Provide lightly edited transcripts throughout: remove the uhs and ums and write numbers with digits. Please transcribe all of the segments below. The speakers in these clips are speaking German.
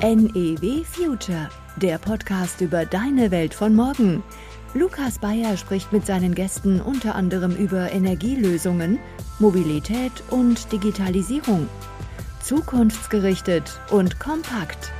NEW Future, der Podcast über deine Welt von morgen. Lukas Bayer spricht mit seinen Gästen unter anderem über Energielösungen, Mobilität und Digitalisierung. Zukunftsgerichtet und kompakt.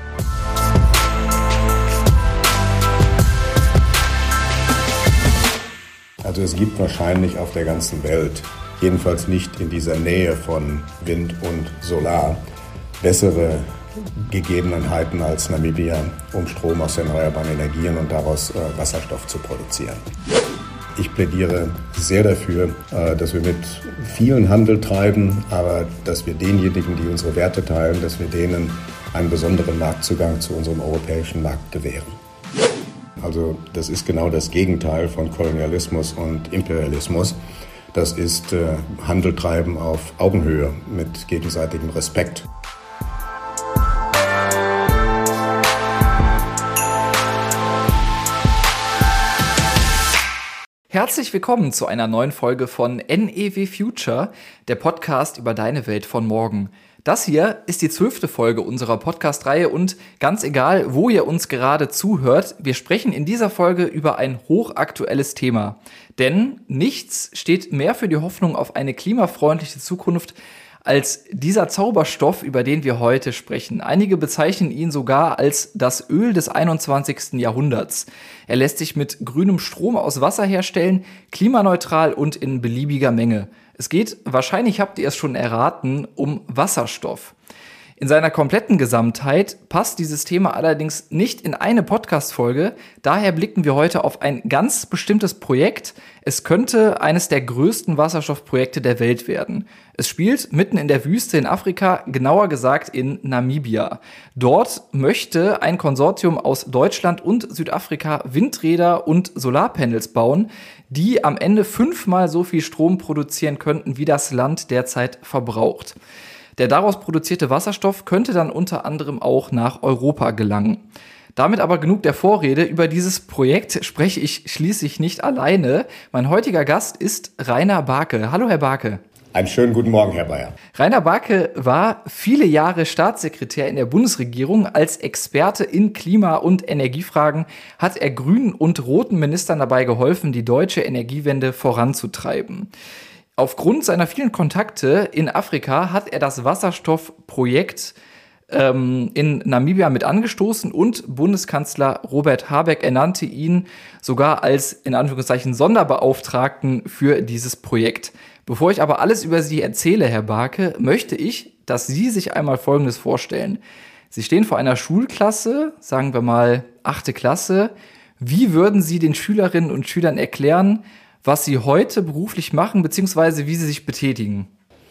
Also es gibt wahrscheinlich auf der ganzen Welt, jedenfalls nicht in dieser Nähe von Wind und Solar, bessere Gegebenheiten als Namibia, um Strom aus erneuerbaren Energien und daraus Wasserstoff zu produzieren. Ich plädiere sehr dafür, dass wir mit vielen Handel treiben, aber dass wir denjenigen, die unsere Werte teilen, dass wir denen einen besonderen Marktzugang zu unserem europäischen Markt gewähren. Also das ist genau das Gegenteil von Kolonialismus und Imperialismus. Das ist Handel treiben auf Augenhöhe mit gegenseitigem Respekt. Herzlich willkommen zu einer neuen Folge von NEW Future, der Podcast über deine Welt von morgen. Das hier ist die 12. Folge unserer Podcast-Reihe und ganz egal, wo ihr uns gerade zuhört, wir sprechen in dieser Folge über ein hochaktuelles Thema. Denn nichts steht mehr für die Hoffnung auf eine klimafreundliche Zukunft als dieser Zauberstoff, über den wir heute sprechen. Einige bezeichnen ihn sogar als das Öl des 21. Jahrhunderts. Er lässt sich mit grünem Strom aus Wasser herstellen, klimaneutral und in beliebiger Menge. Es geht, wahrscheinlich habt ihr es schon erraten, um Wasserstoff. In seiner kompletten Gesamtheit passt dieses Thema allerdings nicht in eine Podcast-Folge. Daher blicken wir heute auf ein ganz bestimmtes Projekt. Es könnte eines der größten Wasserstoffprojekte der Welt werden. Es spielt mitten in der Wüste in Afrika, genauer gesagt in Namibia. Dort möchte ein Konsortium aus Deutschland und Südafrika Windräder und Solarpanels bauen, die am Ende 5-mal so viel Strom produzieren könnten, wie das Land derzeit verbraucht. Der daraus produzierte Wasserstoff könnte dann unter anderem auch nach Europa gelangen. Damit aber genug der Vorrede. Über dieses Projekt spreche ich schließlich nicht alleine. Mein heutiger Gast ist Rainer Barke. Hallo, Herr Barke. Einen schönen guten Morgen, Herr Bayer. Rainer Barke war viele Jahre Staatssekretär in der Bundesregierung. Als Experte in Klima- und Energiefragen hat er grünen und roten Ministern dabei geholfen, die deutsche Energiewende voranzutreiben. Aufgrund seiner vielen Kontakte in Afrika hat er das Wasserstoffprojekt in Namibia mit angestoßen und Bundeskanzler Robert Habeck ernannte ihn sogar als, in Anführungszeichen, Sonderbeauftragten für dieses Projekt. Bevor ich aber alles über Sie erzähle, Herr Barke, möchte ich, dass Sie sich einmal Folgendes vorstellen. Sie stehen vor einer Schulklasse, sagen wir mal 8. Klasse. Wie würden Sie den Schülerinnen und Schülern erklären, was Sie heute beruflich machen, beziehungsweise wie Sie sich betätigen?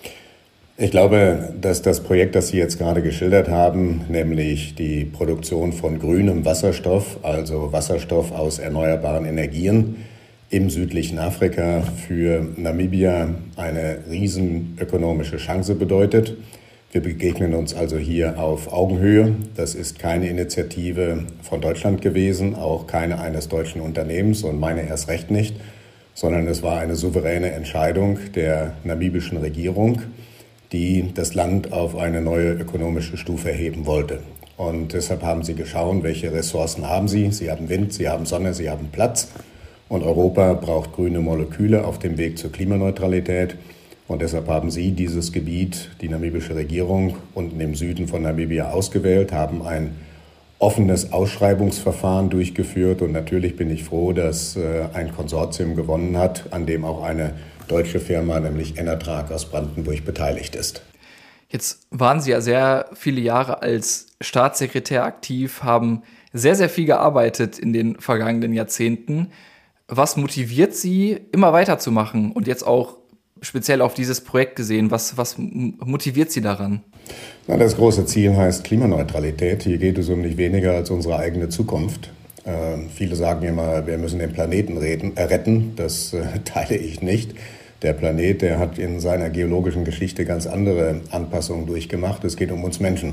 Ich glaube, dass das Projekt, das Sie jetzt gerade geschildert haben, nämlich die Produktion von grünem Wasserstoff, also Wasserstoff aus erneuerbaren Energien im südlichen Afrika, für Namibia eine riesen ökonomische Chance bedeutet. Wir begegnen uns also hier auf Augenhöhe. Das ist keine Initiative von Deutschland gewesen, auch keine eines deutschen Unternehmens und meine erst recht nicht, sondern es war eine souveräne Entscheidung der namibischen Regierung, die das Land auf eine neue ökonomische Stufe heben wollte. Und deshalb haben sie geschaut, welche Ressourcen haben sie. Sie haben Wind, sie haben Sonne, sie haben Platz. Und Europa braucht grüne Moleküle auf dem Weg zur Klimaneutralität. Und deshalb haben sie dieses Gebiet, die namibische Regierung, unten im Süden von Namibia ausgewählt, haben ein offenes Ausschreibungsverfahren durchgeführt. Und natürlich bin ich froh, dass ein Konsortium gewonnen hat, an dem auch eine deutsche Firma, nämlich Enertrag aus Brandenburg, beteiligt ist. Jetzt waren Sie ja sehr viele Jahre als Staatssekretär aktiv, haben sehr, sehr viel gearbeitet in den vergangenen Jahrzehnten. Was motiviert Sie, immer weiterzumachen und jetzt auch speziell auf dieses Projekt gesehen? Was motiviert Sie daran? Na, das große Ziel heißt Klimaneutralität. Hier geht es um nicht weniger als unsere eigene Zukunft. Viele sagen immer, wir müssen den Planeten retten. Das teile ich nicht. Der Planet, der hat in seiner geologischen Geschichte ganz andere Anpassungen durchgemacht. Es geht um uns Menschen.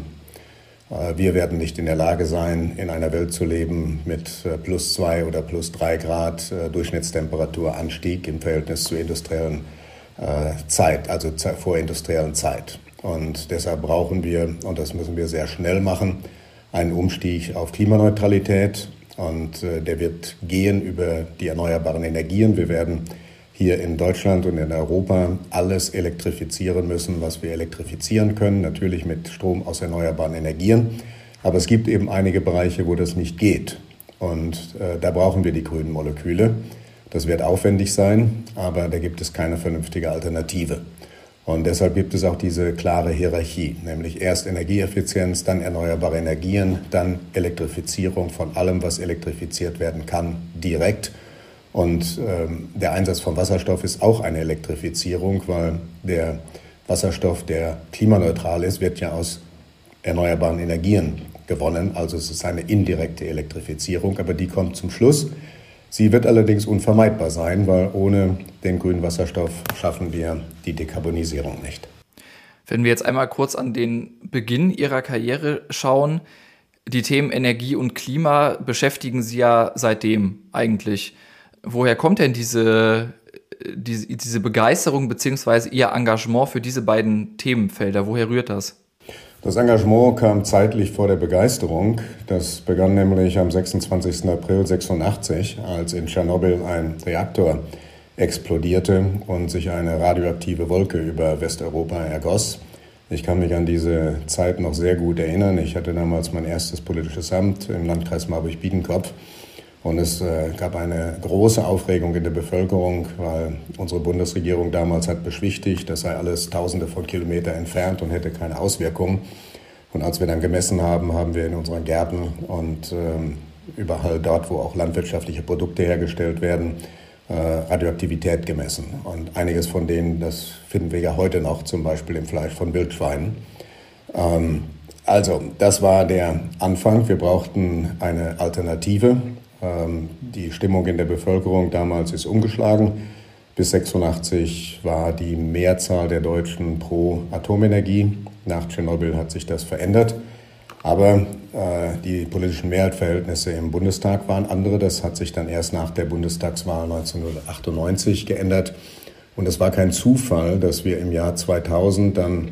Wir werden nicht in der Lage sein, in einer Welt zu leben mit +2 oder +3 Grad Durchschnittstemperaturanstieg im Verhältnis zur industriellen Zeit, also vorindustriellen Zeit. Und deshalb brauchen wir, und das müssen wir sehr schnell machen, einen Umstieg auf Klimaneutralität und der wird gehen über die erneuerbaren Energien. Wir werden hier in Deutschland und in Europa alles elektrifizieren müssen, was wir elektrifizieren können, natürlich mit Strom aus erneuerbaren Energien. Aber es gibt eben einige Bereiche, wo das nicht geht. Und da brauchen wir die grünen Moleküle. Das wird aufwendig sein, aber da gibt es keine vernünftige Alternative. Und deshalb gibt es auch diese klare Hierarchie, nämlich erst Energieeffizienz, dann erneuerbare Energien, dann Elektrifizierung von allem, was elektrifiziert werden kann, direkt. Und der Einsatz von Wasserstoff ist auch eine Elektrifizierung, weil der Wasserstoff, der klimaneutral ist, wird ja aus erneuerbaren Energien gewonnen. Also es ist eine indirekte Elektrifizierung, aber die kommt zum Schluss. Sie wird allerdings unvermeidbar sein, weil ohne den grünen Wasserstoff schaffen wir die Dekarbonisierung nicht. Wenn wir jetzt einmal kurz an den Beginn Ihrer Karriere schauen, die Themen Energie und Klima beschäftigen Sie ja seitdem eigentlich. Woher kommt denn diese Begeisterung bzw. Ihr Engagement für diese beiden Themenfelder? Woher rührt das? Das Engagement kam zeitlich vor der Begeisterung. Das begann nämlich am 26. April 1986, als in Tschernobyl ein Reaktor explodierte und sich eine radioaktive Wolke über Westeuropa ergoss. Ich kann mich an diese Zeit noch sehr gut erinnern. Ich hatte damals mein erstes politisches Amt im Landkreis Marburg-Biedenkopf. Und es gab eine große Aufregung in der Bevölkerung, weil unsere Bundesregierung damals hat beschwichtigt, das sei alles Tausende von Kilometern entfernt und hätte keine Auswirkungen. Und als wir dann gemessen haben, haben wir in unseren Gärten und überall dort, wo auch landwirtschaftliche Produkte hergestellt werden, Radioaktivität gemessen. Und einiges von denen, das finden wir ja heute noch, zum Beispiel im Fleisch von Wildschweinen. Also, das war der Anfang. Wir brauchten eine Alternative. Die Stimmung in der Bevölkerung damals ist umgeschlagen. Bis 1986 war die Mehrzahl der Deutschen pro Atomenergie. Nach Tschernobyl hat sich das verändert. Aber die politischen Mehrheitsverhältnisse im Bundestag waren andere. Das hat sich dann erst nach der Bundestagswahl 1998 geändert. Und es war kein Zufall, dass wir im Jahr 2000 dann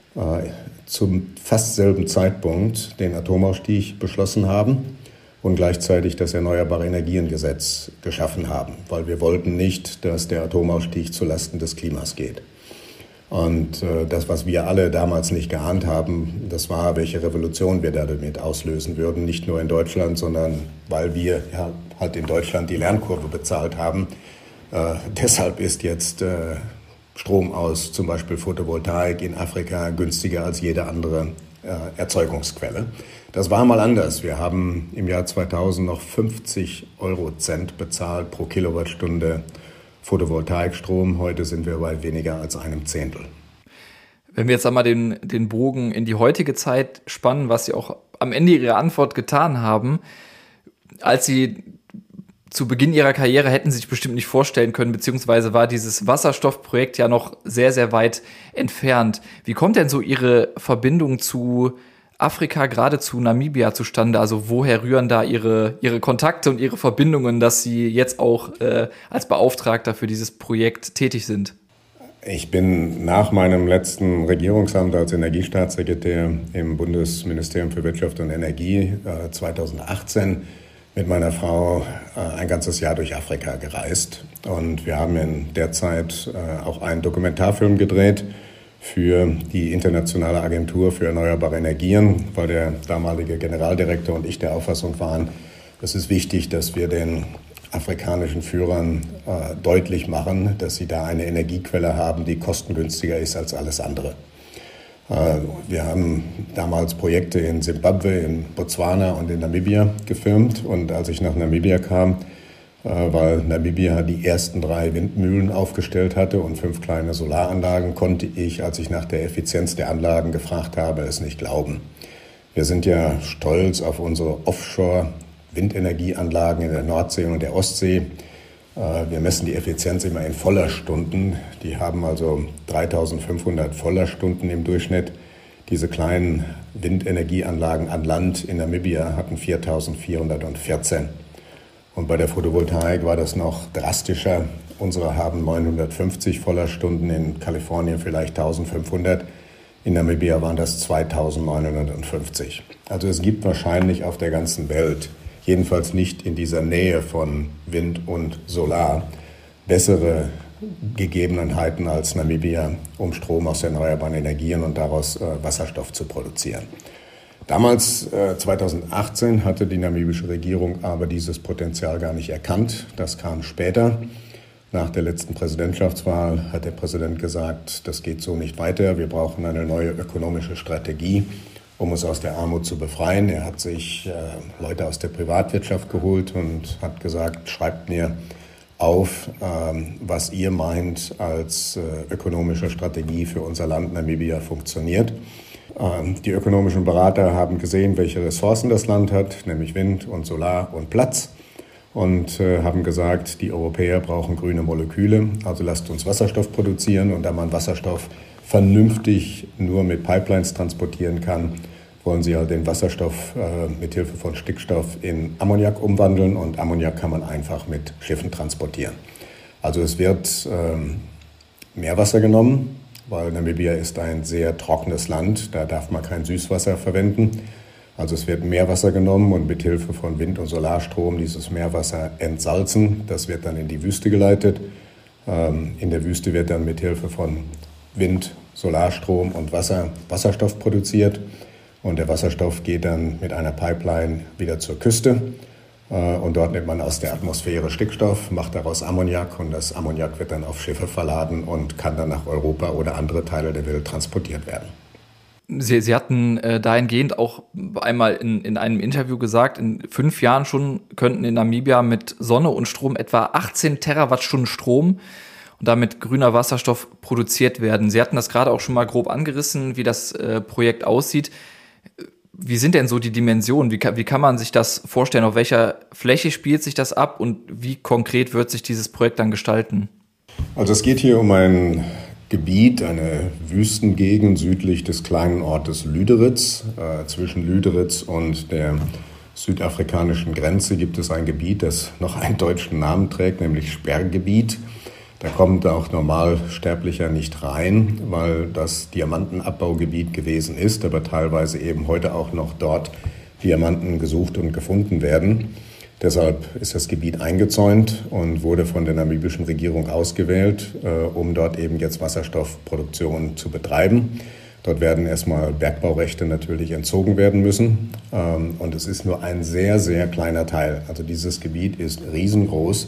zum fast selben Zeitpunkt den Atomausstieg beschlossen haben und gleichzeitig das Erneuerbare Energiengesetz geschaffen haben, weil wir wollten nicht, dass der Atomausstieg zulasten des Klimas geht. Und das, was wir alle damals nicht geahnt haben, das war, welche Revolution wir damit auslösen würden, nicht nur in Deutschland, sondern weil wir ja halt in Deutschland die Lernkurve bezahlt haben. Deshalb ist jetzt Strom aus zum Beispiel Photovoltaik in Afrika günstiger als jede andere Erzeugungsquelle. Das war mal anders. Wir haben im Jahr 2000 noch 50 Eurocent bezahlt pro Kilowattstunde Photovoltaikstrom. Heute sind wir bei weniger als einem Zehntel. Wenn wir jetzt einmal den Bogen in die heutige Zeit spannen, was Sie auch am Ende Ihrer Antwort getan haben, als Sie zu Beginn Ihrer Karriere hätten Sie sich bestimmt nicht vorstellen können, beziehungsweise war dieses Wasserstoffprojekt ja noch sehr, sehr weit entfernt. Wie kommt denn so Ihre Verbindung zu Afrika, gerade zu Namibia, zustande? Also woher rühren da Ihre Kontakte und Ihre Verbindungen, dass Sie jetzt auch als Beauftragter für dieses Projekt tätig sind? Ich bin nach meinem letzten Regierungsamt als Energiestaatssekretär im Bundesministerium für Wirtschaft und Energie 2018 mit meiner Frau ein ganzes Jahr durch Afrika gereist. Und wir haben in der Zeit auch einen Dokumentarfilm gedreht für die Internationale Agentur für Erneuerbare Energien, weil der damalige Generaldirektor und ich der Auffassung waren, es ist wichtig, dass wir den afrikanischen Führern deutlich machen, dass sie da eine Energiequelle haben, die kostengünstiger ist als alles andere. Wir haben damals Projekte in Simbabwe, in Botswana und in Namibia gefilmt. Und als ich nach Namibia kam, weil Namibia die ersten 3 Windmühlen aufgestellt hatte und 5 kleine Solaranlagen, konnte ich, als ich nach der Effizienz der Anlagen gefragt habe, es nicht glauben. Wir sind ja stolz auf unsere Offshore-Windenergieanlagen in der Nordsee und der Ostsee. Wir messen die Effizienz immer in Vollerstunden. Die haben also 3500 Vollerstunden im Durchschnitt. Diese kleinen Windenergieanlagen an Land in Namibia hatten 4414. Und bei der Photovoltaik war das noch drastischer. Unsere haben 950 Vollerstunden, in Kalifornien vielleicht 1500. In Namibia waren das 2950. Also es gibt wahrscheinlich auf der ganzen Welt, jedenfalls nicht in dieser Nähe von Wind und Solar, bessere Gegebenheiten als Namibia, um Strom aus erneuerbaren Energien und daraus Wasserstoff zu produzieren. Damals, 2018, hatte die namibische Regierung aber dieses Potenzial gar nicht erkannt. Das kam später. Nach der letzten Präsidentschaftswahl hat der Präsident gesagt, das geht so nicht weiter. Wir brauchen eine neue ökonomische Strategie, um uns aus der Armut zu befreien. Er hat sich Leute aus der Privatwirtschaft geholt und hat gesagt, schreibt mir auf, was ihr meint als ökonomische Strategie für unser Land Namibia funktioniert. Die ökonomischen Berater haben gesehen, welche Ressourcen das Land hat, nämlich Wind und Solar und Platz. Und haben gesagt, die Europäer brauchen grüne Moleküle, also lasst uns Wasserstoff produzieren. Und da man Wasserstoff vernünftig nur mit Pipelines transportieren kann, wollen sie halt den Wasserstoff mit Hilfe von Stickstoff in Ammoniak umwandeln. Und Ammoniak kann man einfach mit Schiffen transportieren. Also es wird Meerwasser genommen, weil Namibia ist ein sehr trockenes Land, da darf man kein Süßwasser verwenden. Also es wird Meerwasser genommen und mit Hilfe von Wind- und Solarstrom dieses Meerwasser entsalzen. Das wird dann in die Wüste geleitet. In der Wüste wird dann mit Hilfe von Wind, Solarstrom und Wasserstoff produziert. Und der Wasserstoff geht dann mit einer Pipeline wieder zur Küste. Und dort nimmt man aus der Atmosphäre Stickstoff, macht daraus Ammoniak und das Ammoniak wird dann auf Schiffe verladen und kann dann nach Europa oder andere Teile der Welt transportiert werden. Sie hatten dahingehend auch einmal in einem Interview gesagt, in 5 Jahren schon könnten in Namibia mit Sonne und Strom etwa 18 Terawattstunden Strom und damit grüner Wasserstoff produziert werden. Sie hatten das gerade auch schon mal grob angerissen, wie das Projekt aussieht. Wie sind denn so die Dimensionen? Wie kann man sich das vorstellen? Auf welcher Fläche spielt sich das ab und wie konkret wird sich dieses Projekt dann gestalten? Also es geht hier um ein Gebiet, eine Wüstengegend südlich des kleinen Ortes Lüderitz. Zwischen Lüderitz und der südafrikanischen Grenze gibt es ein Gebiet, das noch einen deutschen Namen trägt, nämlich Sperrgebiet. Da kommt auch Normalsterblicher nicht rein, weil das Diamantenabbaugebiet gewesen ist, aber teilweise eben heute auch noch dort Diamanten gesucht und gefunden werden. Deshalb ist das Gebiet eingezäunt und wurde von der namibischen Regierung ausgewählt, um dort eben jetzt Wasserstoffproduktion zu betreiben. Dort werden erstmal Bergbaurechte natürlich entzogen werden müssen. Und es ist nur ein sehr, sehr kleiner Teil. Also dieses Gebiet ist riesengroß.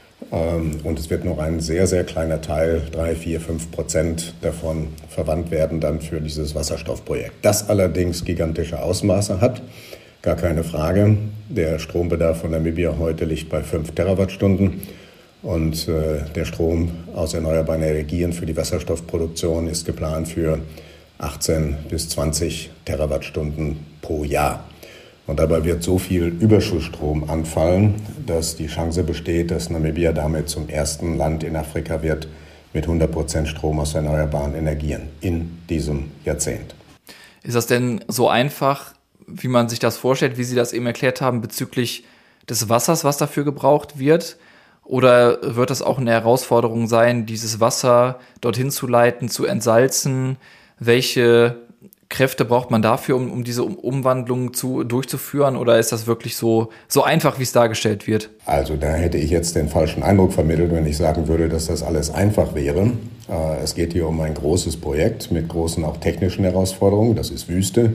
Und es wird nur ein sehr, sehr kleiner Teil, 3, 4, 5% davon verwandt werden dann für dieses Wasserstoffprojekt. Das allerdings gigantische Ausmaße hat. Gar keine Frage. Der Strombedarf von Namibia heute liegt bei 5 Terawattstunden und der Strom aus erneuerbaren Energien für die Wasserstoffproduktion ist geplant für 18 bis 20 Terawattstunden pro Jahr. Und dabei wird so viel Überschussstrom anfallen, dass die Chance besteht, dass Namibia damit zum ersten Land in Afrika wird mit 100% Strom aus erneuerbaren Energien in diesem Jahrzehnt. Ist das denn so einfach, wie man sich das vorstellt, wie Sie das eben erklärt haben, bezüglich des Wassers, was dafür gebraucht wird? Oder wird das auch eine Herausforderung sein, dieses Wasser dorthin zu leiten, zu entsalzen? Welche Kräfte braucht man dafür, um diese Umwandlung durchzuführen? Oder ist das wirklich so einfach, wie es dargestellt wird? Also da hätte ich jetzt den falschen Eindruck vermittelt, wenn ich sagen würde, dass das alles einfach wäre. Es geht hier um ein großes Projekt mit großen auch technischen Herausforderungen. Das ist Wüste.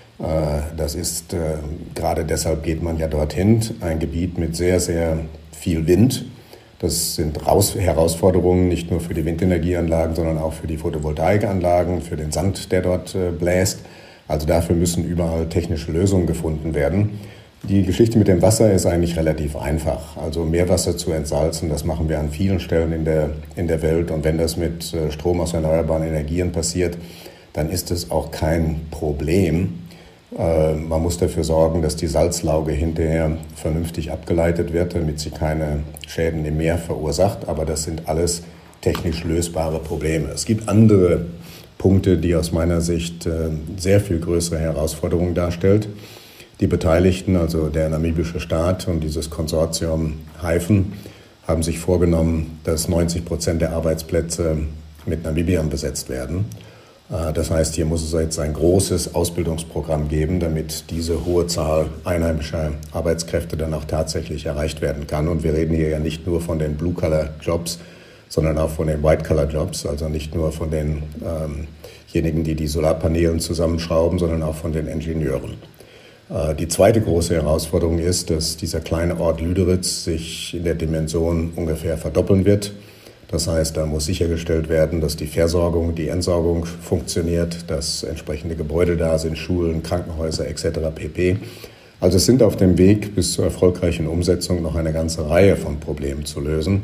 Das ist, gerade deshalb geht man ja dorthin, ein Gebiet mit sehr, sehr viel Wind. Das sind Herausforderungen nicht nur für die Windenergieanlagen, sondern auch für die Photovoltaikanlagen, für den Sand, der dort bläst. Also dafür müssen überall technische Lösungen gefunden werden. Die Geschichte mit dem Wasser ist eigentlich relativ einfach. Also Meerwasser zu entsalzen, das machen wir an vielen Stellen in der Welt. Und wenn das mit Strom aus erneuerbaren Energien passiert, dann ist es auch kein Problem. Man muss dafür sorgen, dass die Salzlauge hinterher vernünftig abgeleitet wird, damit sie keine Schäden im Meer verursacht. Aber das sind alles technisch lösbare Probleme. Es gibt andere Punkte, die aus meiner Sicht sehr viel größere Herausforderungen darstellt. Die Beteiligten, also der namibische Staat und dieses Konsortium Hyphen, haben sich vorgenommen, dass 90% der Arbeitsplätze mit Namibiern besetzt werden. Das heißt, hier muss es jetzt ein großes Ausbildungsprogramm geben, damit diese hohe Zahl einheimischer Arbeitskräfte dann auch tatsächlich erreicht werden kann. Und wir reden hier ja nicht nur von den Blue-Collar-Jobs, sondern auch von den White-Collar-Jobs, also nicht nur von denjenigen, die die Solarpanelen zusammenschrauben, sondern auch von den Ingenieuren. Die zweite große Herausforderung ist, dass dieser kleine Ort Lüderitz sich in der Dimension ungefähr verdoppeln wird. Das heißt, da muss sichergestellt werden, dass die Versorgung, die Entsorgung funktioniert, dass entsprechende Gebäude da sind, Schulen, Krankenhäuser etc. pp. Also es sind auf dem Weg bis zur erfolgreichen Umsetzung noch eine ganze Reihe von Problemen zu lösen.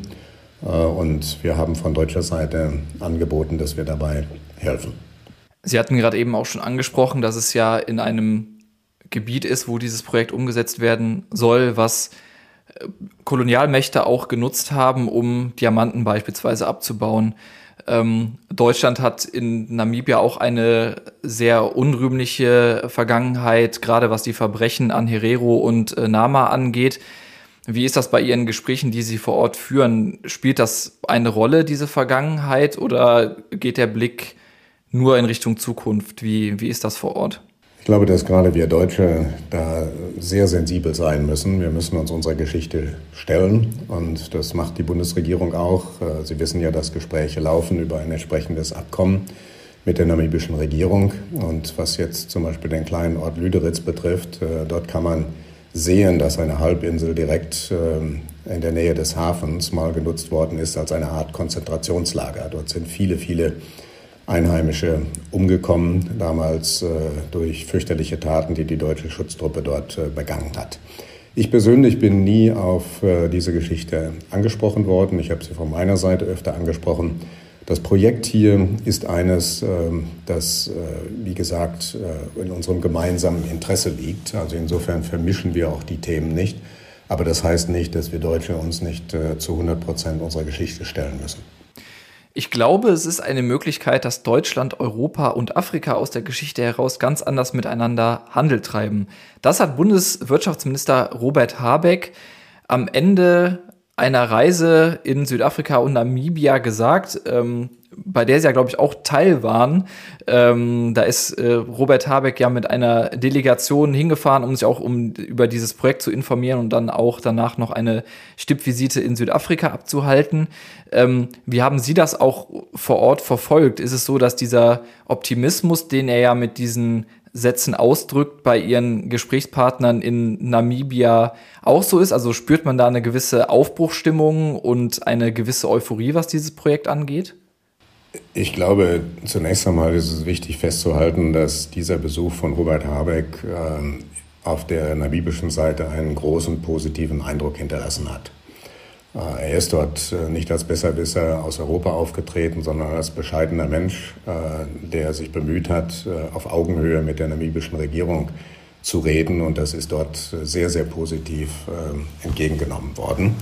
Und wir haben von deutscher Seite angeboten, dass wir dabei helfen. Sie hatten gerade eben auch schon angesprochen, dass es ja in einem Gebiet ist, wo dieses Projekt umgesetzt werden soll, was Kolonialmächte auch genutzt haben, um Diamanten beispielsweise abzubauen. Deutschland hat in Namibia auch eine sehr unrühmliche Vergangenheit, gerade was die Verbrechen an Herero und Nama angeht. Wie ist das bei Ihren Gesprächen, die Sie vor Ort führen? Spielt das eine Rolle, diese Vergangenheit, oder geht der Blick nur in Richtung Zukunft? Wie ist das vor Ort? Ich glaube, dass gerade wir Deutsche da sehr sensibel sein müssen. Wir müssen uns unserer Geschichte stellen und das macht die Bundesregierung auch. Sie wissen ja, dass Gespräche laufen über ein entsprechendes Abkommen mit der namibischen Regierung. Und was jetzt zum Beispiel den kleinen Ort Lüderitz betrifft, dort kann man sehen, dass eine Halbinsel direkt in der Nähe des Hafens mal genutzt worden ist als eine Art Konzentrationslager. Dort sind viele Einheimische umgekommen, damals durch fürchterliche Taten, die die deutsche Schutztruppe dort begangen hat. Ich persönlich bin nie auf diese Geschichte angesprochen worden. Ich habe sie von meiner Seite öfter angesprochen. Das Projekt hier ist eines, das, wie gesagt, in unserem gemeinsamen Interesse liegt. Also insofern vermischen wir auch die Themen nicht. Aber das heißt nicht, dass wir Deutsche uns nicht zu 100% unserer Geschichte stellen müssen. Ich glaube, es ist eine Möglichkeit, dass Deutschland, Europa und Afrika aus der Geschichte heraus ganz anders miteinander Handel treiben. Das hat Bundeswirtschaftsminister Robert Habeck am Ende einer Reise in Südafrika und Namibia gesagt, bei der sie ja, glaube ich, auch Teil waren. Da ist Robert Habeck ja mit einer Delegation hingefahren, um sich auch über dieses Projekt zu informieren und dann auch danach noch eine Stippvisite in Südafrika abzuhalten. Wie haben Sie das auch vor Ort verfolgt? Ist es so, dass dieser Optimismus, den er ja mit diesen Sätzen ausdrückt, bei Ihren Gesprächspartnern in Namibia auch so ist? Also spürt man da eine gewisse Aufbruchsstimmung und eine gewisse Euphorie, was dieses Projekt angeht? Ich glaube, zunächst einmal ist es wichtig festzuhalten, dass dieser Besuch von Robert Habeck auf der namibischen Seite einen großen positiven Eindruck hinterlassen hat. Er ist dort nicht als Besserwisser aus Europa aufgetreten, sondern als bescheidener Mensch, der sich bemüht hat, auf Augenhöhe mit der namibischen Regierung zu reden. Und das ist dort sehr, sehr positiv entgegengenommen worden.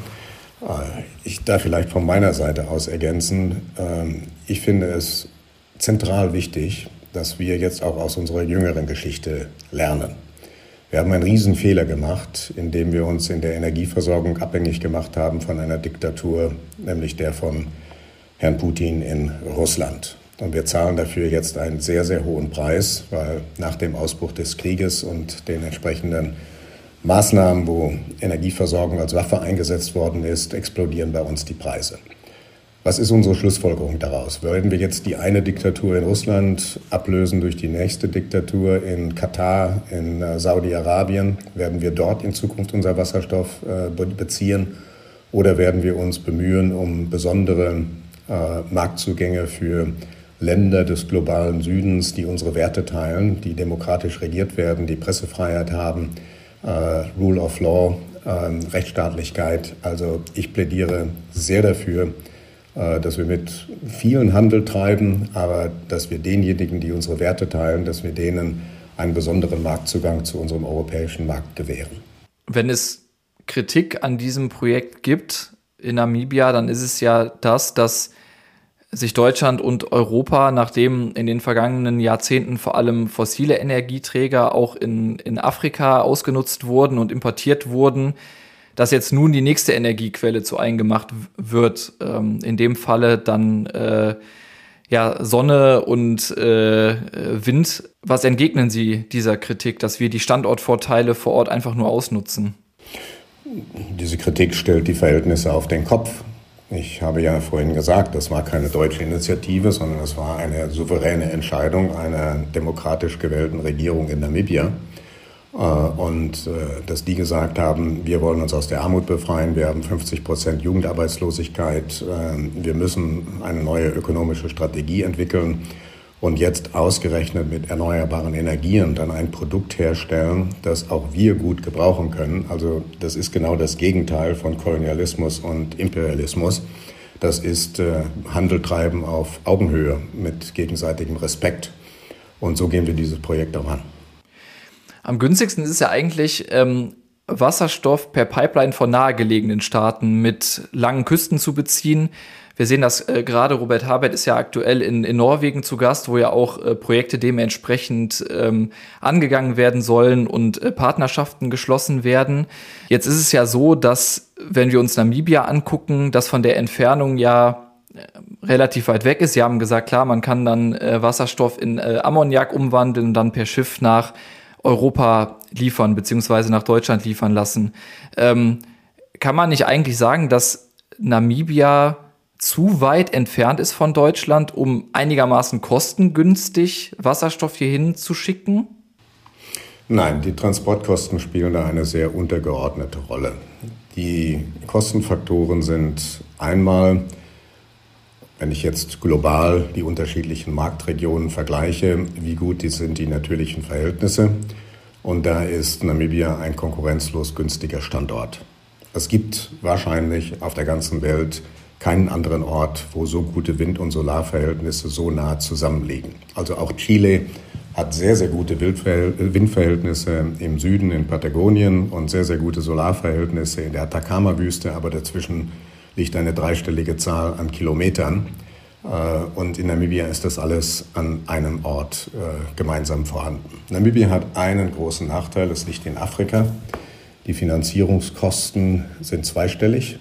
Ich darf vielleicht von meiner Seite aus ergänzen. Ich finde es zentral wichtig, dass wir jetzt auch aus unserer jüngeren Geschichte lernen. Wir haben einen Riesenfehler gemacht, indem wir uns in der Energieversorgung abhängig gemacht haben von einer Diktatur, nämlich der von Herrn Putin in Russland. Und wir zahlen dafür jetzt einen sehr, sehr hohen Preis, weil nach dem Ausbruch des Krieges und den entsprechenden Maßnahmen, wo Energieversorgung als Waffe eingesetzt worden ist, explodieren bei uns die Preise. Was ist unsere Schlussfolgerung daraus? Wollen wir jetzt die eine Diktatur in Russland ablösen durch die nächste Diktatur in Katar, in Saudi-Arabien? Werden wir dort in Zukunft unser Wasserstoff beziehen? Oder werden wir uns bemühen um besondere Marktzugänge für Länder des globalen Südens, die unsere Werte teilen, die demokratisch regiert werden, die Pressefreiheit haben, Rule of Law, Rechtsstaatlichkeit? Also ich plädiere sehr dafür, dass wir mit vielen Handel treiben, aber dass wir denjenigen, die unsere Werte teilen, dass wir denen einen besonderen Marktzugang zu unserem europäischen Markt gewähren. Wenn es Kritik an diesem Projekt gibt in Namibia, dann ist es ja das, dass sich Deutschland und Europa, nachdem in den vergangenen Jahrzehnten vor allem fossile Energieträger auch in Afrika ausgenutzt wurden und importiert wurden, dass jetzt nun die nächste Energiequelle zu eigen gemacht wird, in dem Falle dann Sonne und Wind. Was entgegnen Sie dieser Kritik, dass wir die Standortvorteile vor Ort einfach nur ausnutzen? Diese Kritik stellt die Verhältnisse auf den Kopf. Ich habe ja vorhin gesagt, das war keine deutsche Initiative, sondern es war eine souveräne Entscheidung einer demokratisch gewählten Regierung in Namibia. Dass die gesagt haben, wir wollen uns aus der Armut befreien, wir haben 50% Jugendarbeitslosigkeit, wir müssen eine neue ökonomische Strategie entwickeln und jetzt ausgerechnet mit erneuerbaren Energien dann ein Produkt herstellen, das auch wir gut gebrauchen können. Also das ist genau das Gegenteil von Kolonialismus und Imperialismus. Das ist Handel treiben auf Augenhöhe mit gegenseitigem Respekt. Und so gehen wir dieses Projekt auch an. Am günstigsten ist es ja eigentlich, Wasserstoff per Pipeline von nahegelegenen Staaten mit langen Küsten zu beziehen. Wir sehen das gerade, Robert Habert ist ja aktuell in Norwegen zu Gast, wo ja auch Projekte dementsprechend angegangen werden sollen und Partnerschaften geschlossen werden. Jetzt ist es ja so, dass, wenn wir uns Namibia angucken, das von der Entfernung ja relativ weit weg ist. Sie haben gesagt, klar, man kann dann Wasserstoff in Ammoniak umwandeln und dann per Schiff nach Europa liefern, beziehungsweise nach Deutschland liefern lassen. Kann man nicht eigentlich sagen, dass Namibia zu weit entfernt ist von Deutschland, um einigermaßen kostengünstig Wasserstoff hierhin zu schicken? Nein, die Transportkosten spielen da eine sehr untergeordnete Rolle. Die Kostenfaktoren sind einmal, wenn ich jetzt global die unterschiedlichen Marktregionen vergleiche, wie gut sind die natürlichen Verhältnisse. Und da ist Namibia ein konkurrenzlos günstiger Standort. Es gibt wahrscheinlich auf der ganzen Welt keinen anderen Ort, wo so gute Wind- und Solarverhältnisse so nah zusammenliegen. Also auch Chile hat sehr, sehr gute Windverhältnisse im Süden in Patagonien und sehr, sehr gute Solarverhältnisse in der Atacama-Wüste, aber dazwischen liegt eine dreistellige Zahl an Kilometern. Und in Namibia ist das alles an einem Ort gemeinsam vorhanden. Namibia hat einen großen Nachteil, es liegt in Afrika. Die Finanzierungskosten sind zweistellig.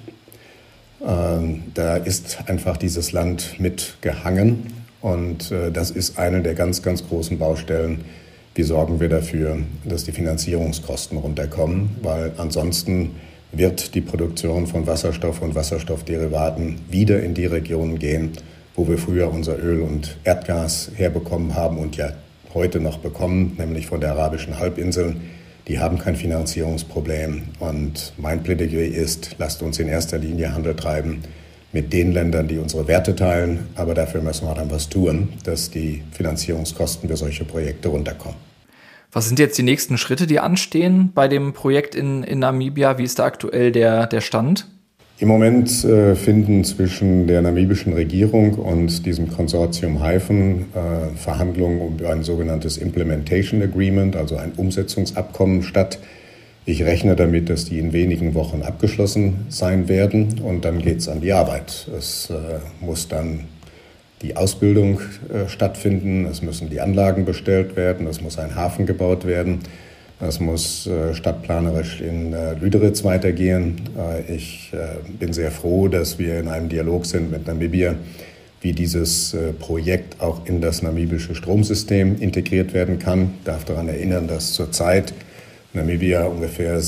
Da ist einfach dieses Land mitgehangen. Und das ist eine der ganz, ganz großen Baustellen. Wie sorgen wir dafür, dass die Finanzierungskosten runterkommen? Weil ansonsten wird die Produktion von Wasserstoff und Wasserstoffderivaten wieder in die Regionen gehen, wo wir früher unser Öl und Erdgas herbekommen haben und ja heute noch bekommen, nämlich von der arabischen Halbinsel. Die haben kein Finanzierungsproblem. Und mein Plädoyer ist, lasst uns in erster Linie Handel treiben mit den Ländern, die unsere Werte teilen. Aber dafür müssen wir dann was tun, dass die Finanzierungskosten für solche Projekte runterkommen. Was sind jetzt die nächsten Schritte, die anstehen bei dem Projekt in Namibia? Wie ist da aktuell der Stand? Im Moment finden zwischen der namibischen Regierung und diesem Konsortium Hyphen Verhandlungen über ein sogenanntes Implementation Agreement, also ein Umsetzungsabkommen statt. Ich rechne damit, dass die in wenigen Wochen abgeschlossen sein werden und dann geht es an die Arbeit. Es muss dann die Ausbildung stattfinden, es müssen die Anlagen bestellt werden, es muss ein Hafen gebaut werden, es muss stadtplanerisch in Lüderitz weitergehen. Ich bin sehr froh, dass wir in einem Dialog sind mit Namibia, wie dieses Projekt auch in das namibische Stromsystem integriert werden kann. Ich darf daran erinnern, dass zurzeit Namibia ungefähr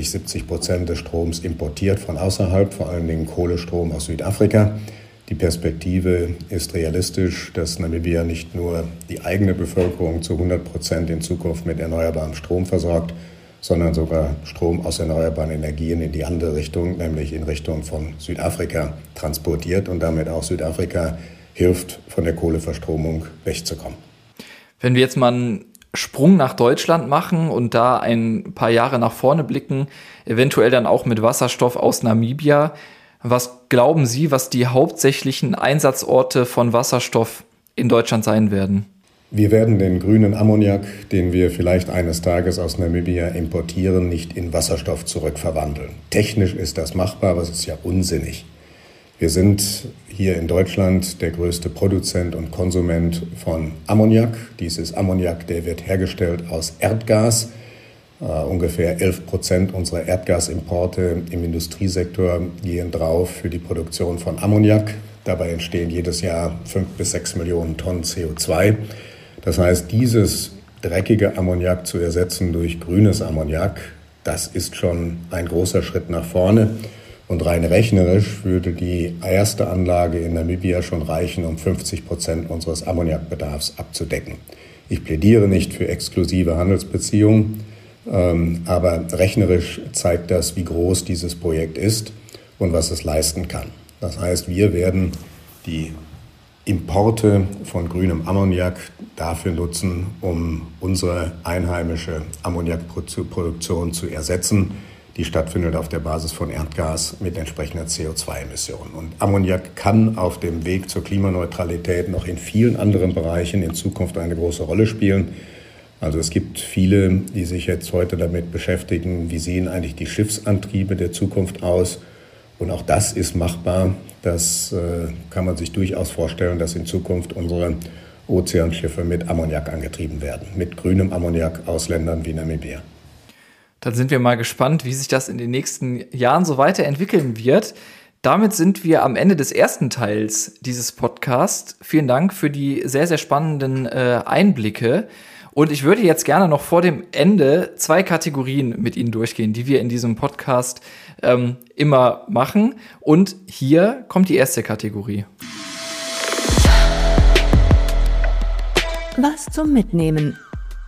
60-70% des Stroms importiert von außerhalb, vor allen Dingen Kohlestrom aus Südafrika. Die Perspektive ist realistisch, dass Namibia nicht nur die eigene Bevölkerung zu 100% in Zukunft mit erneuerbarem Strom versorgt, sondern sogar Strom aus erneuerbaren Energien in die andere Richtung, nämlich in Richtung von Südafrika transportiert und damit auch Südafrika hilft, von der Kohleverstromung wegzukommen. Wenn wir jetzt mal einen Sprung nach Deutschland machen und da ein paar Jahre nach vorne blicken, eventuell dann auch mit Wasserstoff aus Namibia, was glauben Sie, was die hauptsächlichen Einsatzorte von Wasserstoff in Deutschland sein werden? Wir werden den grünen Ammoniak, den wir vielleicht eines Tages aus Namibia importieren, nicht in Wasserstoff zurückverwandeln. Technisch ist das machbar, aber es ist ja unsinnig. Wir sind hier in Deutschland der größte Produzent und Konsument von Ammoniak. Dies ist Ammoniak, der wird hergestellt aus Erdgas. Ungefähr 11% unserer Erdgasimporte im Industriesektor gehen drauf für die Produktion von Ammoniak. Dabei entstehen jedes Jahr 5 bis 6 Millionen Tonnen CO2. Das heißt, dieses dreckige Ammoniak zu ersetzen durch grünes Ammoniak, das ist schon ein großer Schritt nach vorne. Und rein rechnerisch würde die erste Anlage in Namibia schon reichen, um 50% unseres Ammoniakbedarfs abzudecken. Ich plädiere nicht für exklusive Handelsbeziehungen, aber rechnerisch zeigt das, wie groß dieses Projekt ist und was es leisten kann. Das heißt, wir werden die Importe von grünem Ammoniak dafür nutzen, um unsere einheimische Ammoniakproduktion zu ersetzen, die stattfindet auf der Basis von Erdgas mit entsprechender CO2-Emissionen. Und Ammoniak kann auf dem Weg zur Klimaneutralität noch in vielen anderen Bereichen in Zukunft eine große Rolle spielen. Also es gibt viele, die sich jetzt heute damit beschäftigen, wie sehen eigentlich die Schiffsantriebe der Zukunft aus. Und auch das ist machbar. Das kann man sich durchaus vorstellen, dass in Zukunft unsere Ozeanschiffe mit Ammoniak angetrieben werden, mit grünem Ammoniak aus Ländern wie Namibia. Dann sind wir mal gespannt, wie sich das in den nächsten Jahren so weiterentwickeln wird. Damit sind wir am Ende des ersten Teils dieses Podcasts. Vielen Dank für die sehr, sehr spannenden Einblicke. Und ich würde jetzt gerne noch vor dem Ende 2 Kategorien mit Ihnen durchgehen, die wir in diesem Podcast immer machen. Und hier kommt die erste Kategorie. Was zum Mitnehmen.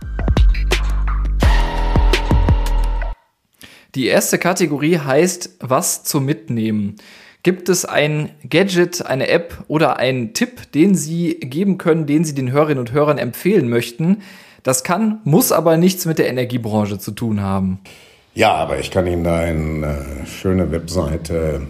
Die erste Kategorie heißt Was zum Mitnehmen. Gibt es ein Gadget, eine App oder einen Tipp, den Sie geben können, den Sie den Hörerinnen und Hörern empfehlen möchten? Das kann, muss aber nichts mit der Energiebranche zu tun haben. Ja, aber ich kann Ihnen da eine schöne Webseite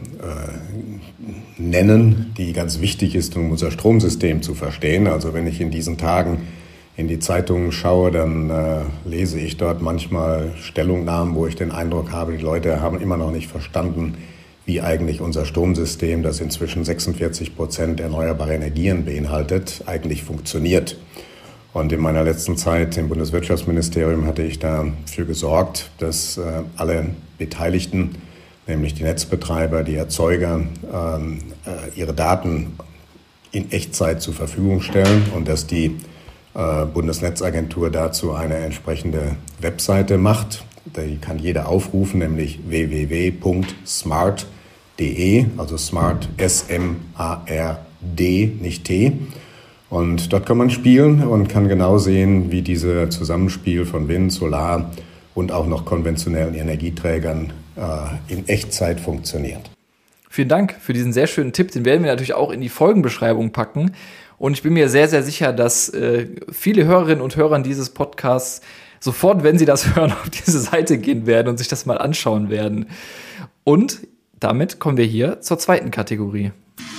nennen, die ganz wichtig ist, um unser Stromsystem zu verstehen. Also wenn ich in diesen Tagen in die Zeitungen schaue, dann lese ich dort manchmal Stellungnahmen, wo ich den Eindruck habe, die Leute haben immer noch nicht verstanden, wie eigentlich unser Stromsystem, das inzwischen 46% erneuerbare Energien beinhaltet, eigentlich funktioniert. Und in meiner letzten Zeit im Bundeswirtschaftsministerium hatte ich dafür gesorgt, dass alle Beteiligten, nämlich die Netzbetreiber, die Erzeuger, ihre Daten in Echtzeit zur Verfügung stellen und dass die Bundesnetzagentur dazu eine entsprechende Webseite macht. Die kann jeder aufrufen, nämlich www.smart.de, also Smart, S-M-A-R-D, nicht T. Und dort kann man spielen und kann genau sehen, wie dieses Zusammenspiel von Wind, Solar und auch noch konventionellen Energieträgern in Echtzeit funktioniert. Vielen Dank für diesen sehr schönen Tipp. Den werden wir natürlich auch in die Folgenbeschreibung packen. Und ich bin mir sehr, sehr sicher, dass viele Hörerinnen und Hörer dieses Podcasts sofort, wenn sie das hören, auf diese Seite gehen werden und sich das mal anschauen werden. Und damit kommen wir hier zur zweiten Kategorie.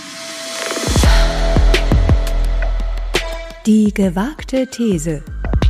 Die gewagte These.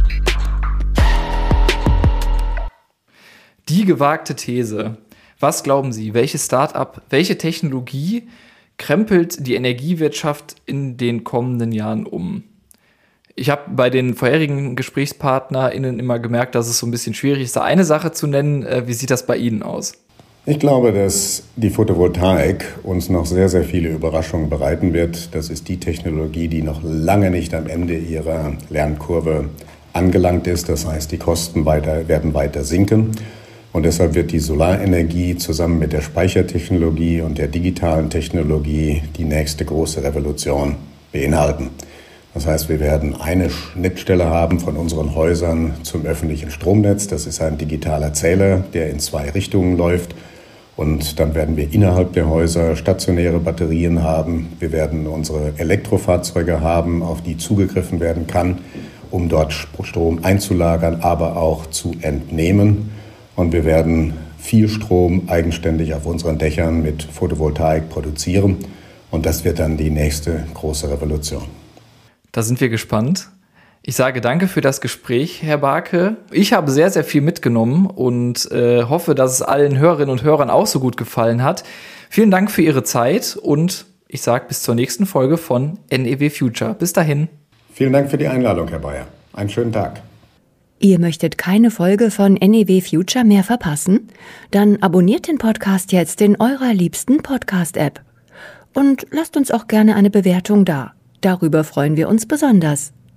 Die gewagte These. Was glauben Sie, welches Start-up, welche Technologie krempelt die Energiewirtschaft in den kommenden Jahren um? Ich habe bei den vorherigen GesprächspartnerInnen immer gemerkt, dass es so ein bisschen schwierig ist, da eine Sache zu nennen. Wie sieht das bei Ihnen aus? Ich glaube, dass die Photovoltaik uns noch sehr, sehr viele Überraschungen bereiten wird. Das ist die Technologie, die noch lange nicht am Ende ihrer Lernkurve angelangt ist. Das heißt, die Kosten werden weiter sinken. Und deshalb wird die Solarenergie zusammen mit der Speichertechnologie und der digitalen Technologie die nächste große Revolution beinhalten. Das heißt, wir werden eine Schnittstelle haben von unseren Häusern zum öffentlichen Stromnetz. Das ist ein digitaler Zähler, der in 2 Richtungen läuft. Und dann werden wir innerhalb der Häuser stationäre Batterien haben. Wir werden unsere Elektrofahrzeuge haben, auf die zugegriffen werden kann, um dort Strom einzulagern, aber auch zu entnehmen. Und wir werden viel Strom eigenständig auf unseren Dächern mit Photovoltaik produzieren. Und das wird dann die nächste große Revolution. Da sind wir gespannt. Ich sage danke für das Gespräch, Herr Barke. Ich habe sehr, sehr viel mitgenommen und hoffe, dass es allen Hörerinnen und Hörern auch so gut gefallen hat. Vielen Dank für Ihre Zeit und ich sage bis zur nächsten Folge von NEW Future. Bis dahin. Vielen Dank für die Einladung, Herr Bayer. Einen schönen Tag. Ihr möchtet keine Folge von NEW Future mehr verpassen? Dann abonniert den Podcast jetzt in eurer liebsten Podcast-App. und lasst uns auch gerne eine Bewertung da. Darüber freuen wir uns besonders.